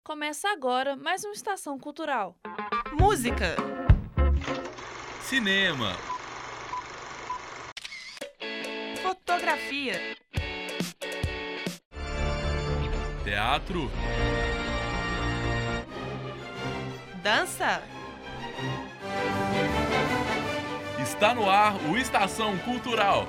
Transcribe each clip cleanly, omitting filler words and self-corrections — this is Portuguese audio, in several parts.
Começa agora mais uma Estação Cultural. Música, Cinema, fotografia, teatro, dança. está no ar o Estação Cultural.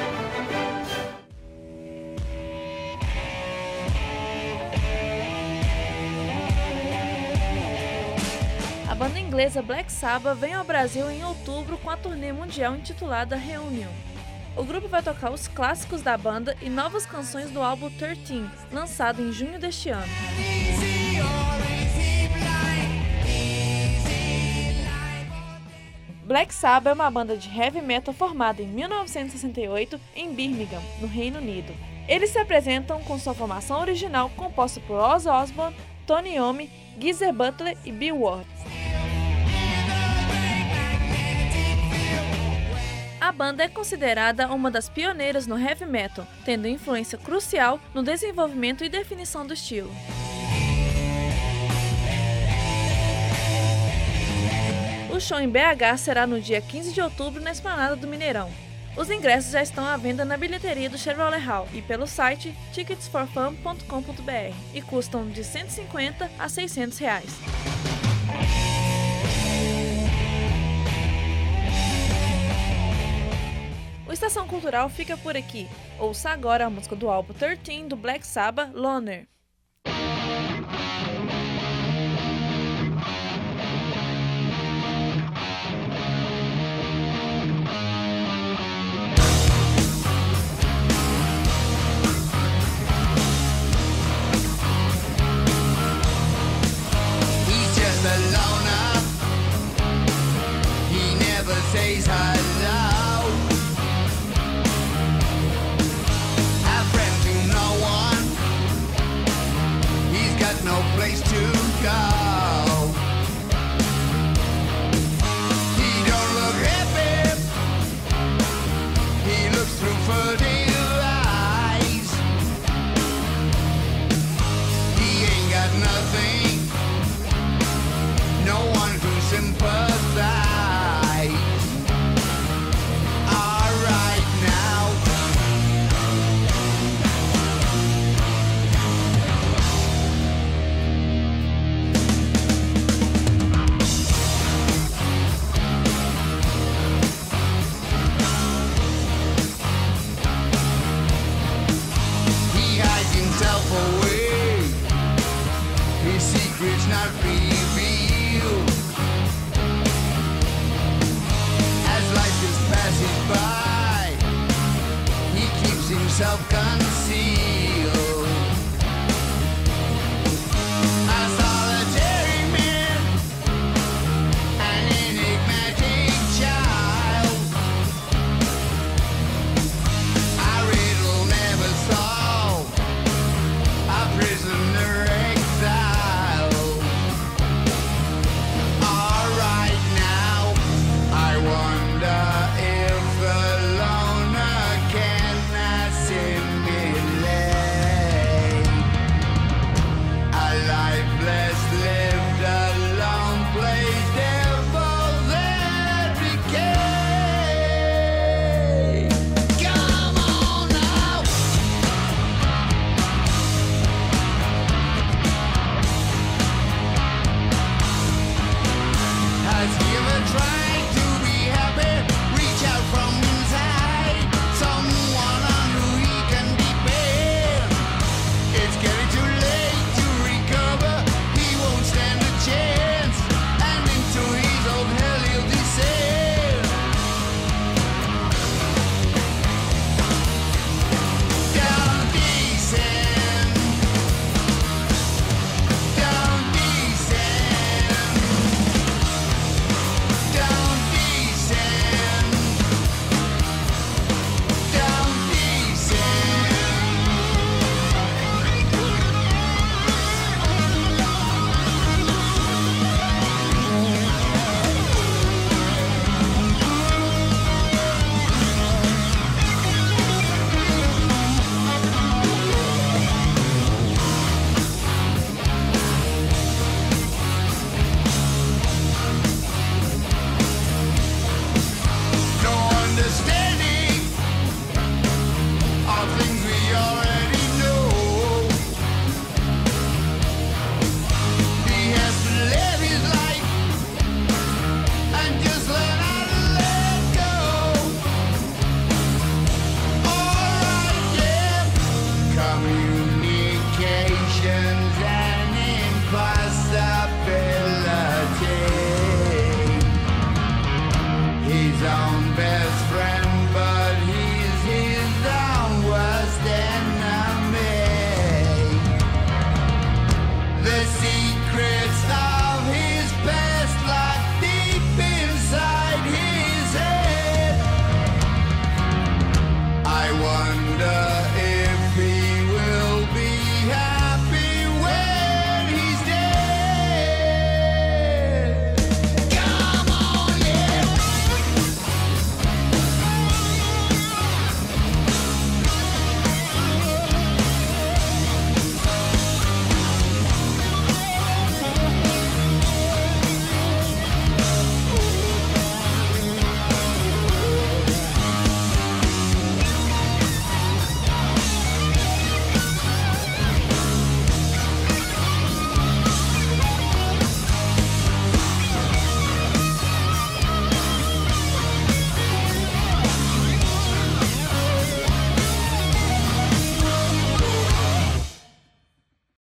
A banda inglesa Black Sabbath vem ao Brasil em outubro com a turnê mundial intitulada Reunion. O grupo vai tocar os clássicos da banda e novas canções do álbum 13, lançado em junho deste ano. Black Sabbath é uma banda de heavy metal formada em 1968 em Birmingham, no Reino Unido. Eles se apresentam com sua formação original composta por Ozzy Osbourne, Tony Iommi, Geezer Butler e Bill Ward. A banda é considerada uma das pioneiras no heavy metal, tendo influência crucial no desenvolvimento e definição do estilo. O show em BH será no dia 15 de outubro na Esplanada do Mineirão. Os ingressos já estão à venda na bilheteria do Chevrolet Hall e pelo site ticketsforfun.com.br e custam de R$ 150 a R$ 600. O Estação Cultural fica por aqui. Ouça agora a música do álbum 13 do Black Sabbath, Loner. Says hello. A friend to no one. He's got no place to go. He don't look happy. He looks through furtive eyes. He ain't got nothing. No one to sympathize. Away. His secret's not revealed. As life just passes by, he keeps himself concealed.